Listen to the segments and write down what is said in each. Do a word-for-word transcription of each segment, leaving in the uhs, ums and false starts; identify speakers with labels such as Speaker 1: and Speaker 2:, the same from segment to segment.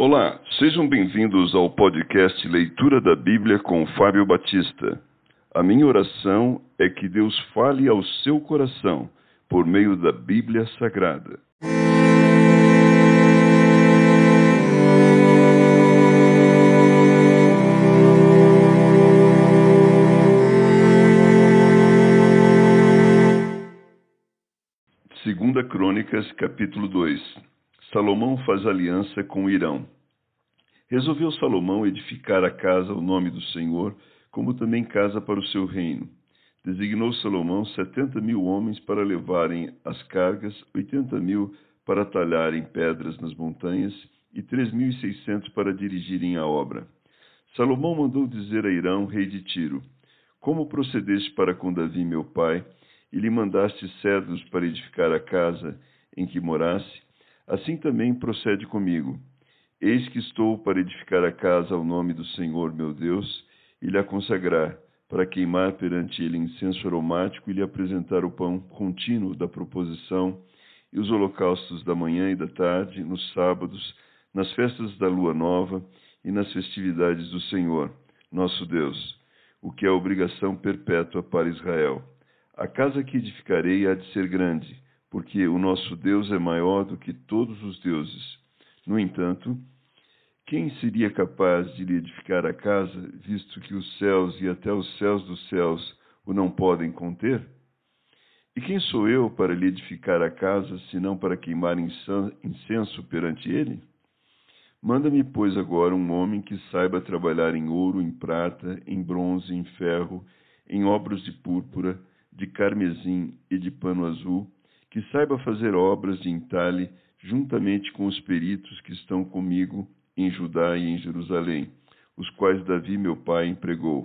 Speaker 1: Olá, sejam bem-vindos ao podcast Leitura da Bíblia com Fábio Batista. A minha oração é que Deus fale ao seu coração por meio da Bíblia Sagrada. Segunda Crônicas, capítulo dois. Salomão faz aliança com Hirão. Resolveu Salomão edificar a casa ao nome do Senhor, como também casa para o seu reino. Designou Salomão setenta mil homens para levarem as cargas, oitenta mil para talharem pedras nas montanhas e três mil e seiscentos para dirigirem a obra. Salomão mandou dizer a Hirão, rei de Tiro: Como procedeste para com Davi, meu pai, e lhe mandaste cedros para edificar a casa em que morasse, assim também procede comigo. Eis que estou para edificar a casa ao nome do Senhor meu Deus, e lhe a consagrar, para queimar perante ele incenso aromático e lhe apresentar o pão contínuo da proposição e os holocaustos da manhã e da tarde, nos sábados, nas festas da lua nova e nas festividades do Senhor, nosso Deus, o que é obrigação perpétua para Israel. A casa que edificarei há de ser grande, porque o nosso Deus é maior do que todos os deuses. No entanto, quem seria capaz de lhe edificar a casa, visto que os céus e até os céus dos céus o não podem conter? E quem sou eu para lhe edificar a casa, senão para queimar incenso perante ele? Manda-me, pois, agora um homem que saiba trabalhar em ouro, em prata, em bronze, em ferro, em obras de púrpura, de carmesim e de pano azul, que saiba fazer obras de entalhe, juntamente com os peritos que estão comigo em Judá e em Jerusalém, os quais Davi, meu pai, empregou.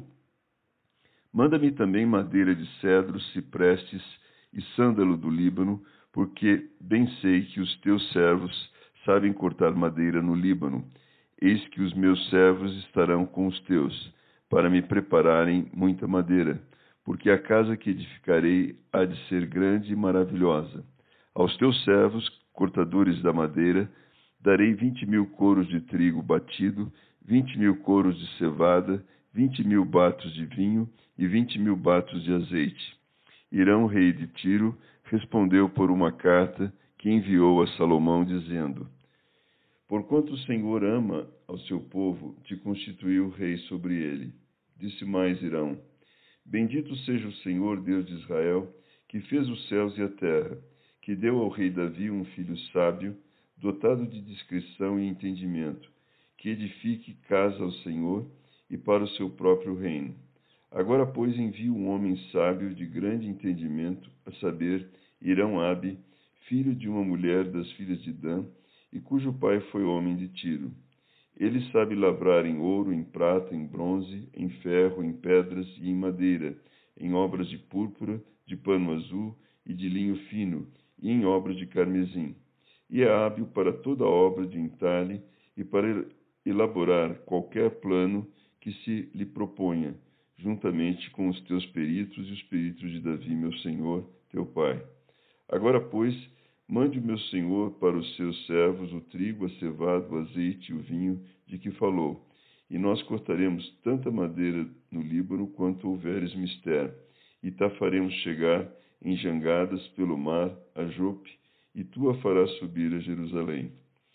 Speaker 1: Manda-me também madeira de cedro, ciprestes e sândalo do Líbano, porque bem sei que os teus servos sabem cortar madeira no Líbano. Eis que os meus servos estarão com os teus, para me prepararem muita madeira, porque a casa que edificarei há de ser grande e maravilhosa. Aos teus servos, cortadores da madeira, darei vinte mil coros de trigo batido, vinte mil coros de cevada, vinte mil batos de vinho e vinte mil batos de azeite. Hirão, rei de Tiro, respondeu por uma carta que enviou a Salomão, dizendo: Porquanto o Senhor ama ao seu povo, te constituiu rei sobre ele. Disse mais Hirão: Bendito seja o Senhor, Deus de Israel, que fez os céus e a terra, que deu ao rei Davi um filho sábio, dotado de discrição e entendimento, que edifique casa ao Senhor e para o seu próprio reino. Agora, pois, envio um homem sábio de grande entendimento, a saber, Hirão-Abi, filho de uma mulher das filhas de Dan, e cujo pai foi homem de Tiro. Ele sabe lavrar em ouro, em prata, em bronze, em ferro, em pedras e em madeira, em obras de púrpura, de pano azul e de linho fino, e em obras de carmesim. E é hábil para toda obra de entalhe e para elaborar qualquer plano que se lhe proponha, juntamente com os teus peritos e os peritos de Davi, meu senhor, teu pai. Agora, pois, mande o meu senhor para os seus servos o trigo, a cevada, o azeite e o vinho de que falou, e nós cortaremos tanta madeira no Líbano quanto houveres mister, e ta faremos chegar em jangadas pelo mar a Jope, e tu a farás subir a Jerusalém.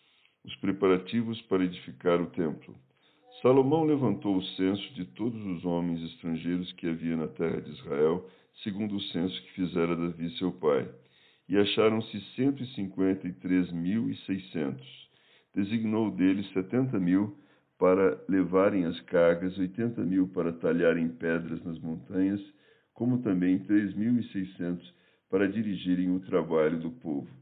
Speaker 1: Os preparativos para edificar o templo. Salomão levantou o censo de todos os homens estrangeiros que havia na terra de Israel, segundo o censo que fizera Davi seu pai. E acharam-se cento e cinquenta e três mil e seiscentos. Designou deles setenta mil para levarem as cargas, oitenta mil para talharem pedras nas montanhas, como também três mil e seiscentos para dirigirem o trabalho do povo.